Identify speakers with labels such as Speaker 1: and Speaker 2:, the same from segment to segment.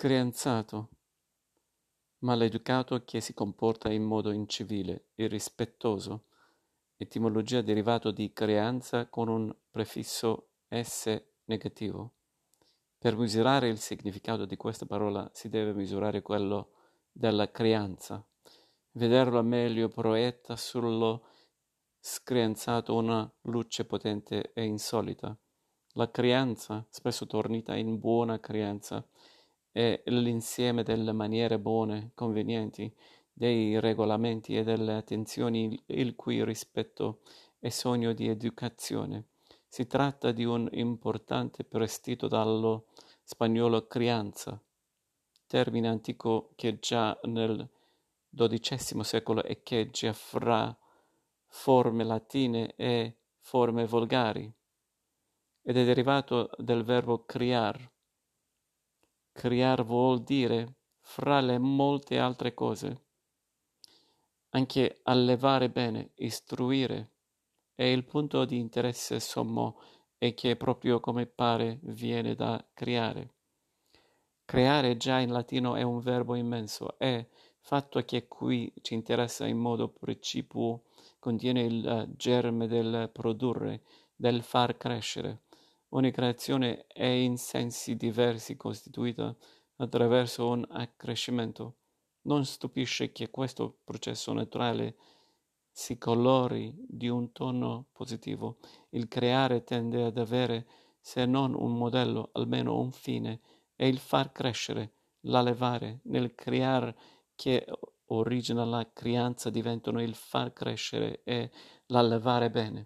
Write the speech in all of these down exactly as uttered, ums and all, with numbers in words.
Speaker 1: Screanzato, maleducato che si comporta in modo incivile, irrispettoso, etimologia derivato di creanza con un prefisso esse negativo. Per misurare il significato di questa parola si deve misurare quello della creanza. Vederlo meglio proietta sullo screanzato una luce potente e insolita. La creanza, spesso tornita in buona creanza, è l'insieme delle maniere buone, convenienti, dei regolamenti e delle attenzioni il cui rispetto è sogno di educazione. Si tratta di un importante prestito dallo spagnolo crianza, termine antico che già nel dodicesimo secolo echeggia fra forme latine e forme volgari, ed è derivato del verbo criar. Criar vuol dire, fra le molte altre cose, anche allevare bene, istruire, e il punto di interesse sommo è che proprio come pare viene da creare. Creare già in latino è un verbo immenso e, fatto che qui ci interessa in modo precipuo, contiene il uh, germe del produrre, del far crescere. Ogni creazione è in sensi diversi costituita attraverso un accrescimento. Non stupisce che questo processo naturale si colori di un tono positivo. Il creare tende ad avere, se non un modello, almeno un fine, e il far crescere, l'allevare, nel creare che origina la crianza diventano il far crescere e l'allevare bene.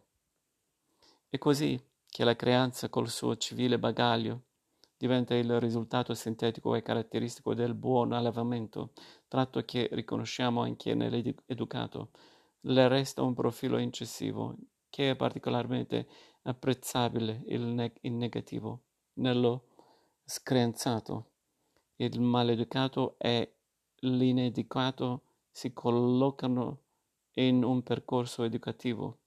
Speaker 1: È così che la creanza col suo civile bagaglio diventa il risultato sintetico e caratteristico del buon allevamento, tratto che riconosciamo anche nell'educato. Le resta un profilo incisivo, che è particolarmente apprezzabile il ne- in negativo, nello screanzato. Il maleducato e l'ineducato si collocano in un percorso educativo.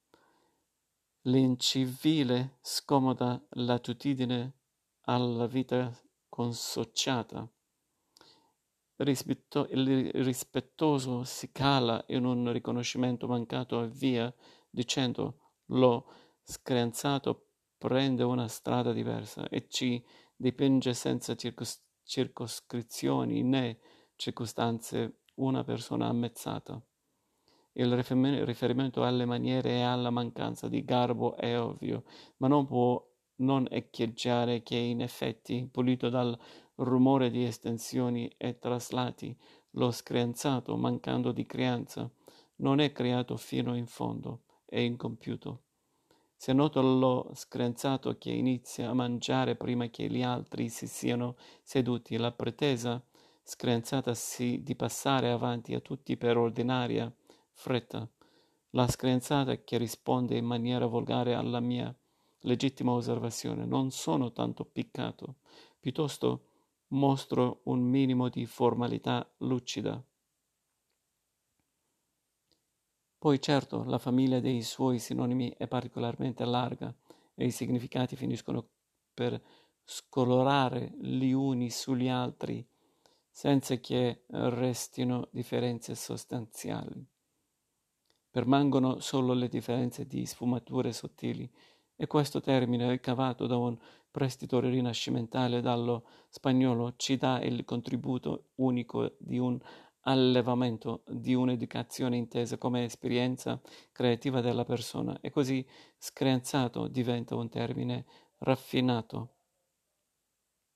Speaker 1: L'incivile scomoda l'attitudine alla vita consociata. Rispetto, il rispettoso si cala in un riconoscimento mancato e via dicendo lo screanzato prende una strada diversa e ci dipinge senza circos- circoscrizioni né circostanze una persona ammezzata. Il riferimento alle maniere e alla mancanza di garbo è ovvio, ma non può non echeggiare che in effetti, pulito dal rumore di estensioni e traslati, lo screanzato, mancando di creanza, non è creato fino in fondo, è incompiuto. Se noto lo screanzato che inizia a mangiare prima che gli altri si siano seduti, la pretesa screanzata sì di passare avanti a tutti per ordinaria fretta, la screanzata che risponde in maniera volgare alla mia legittima osservazione. Non sono tanto piccato, piuttosto mostro un minimo di formalità lucida. Poi certo la famiglia dei suoi sinonimi è particolarmente larga e i significati finiscono per scolorare gli uni sugli altri senza che restino differenze sostanziali. Permangono solo le differenze di sfumature sottili, e questo termine, ricavato da un prestito rinascimentale dallo spagnolo, ci dà il contributo unico di un allevamento, di un'educazione intesa come esperienza creativa della persona, e così screanzato diventa un termine raffinato,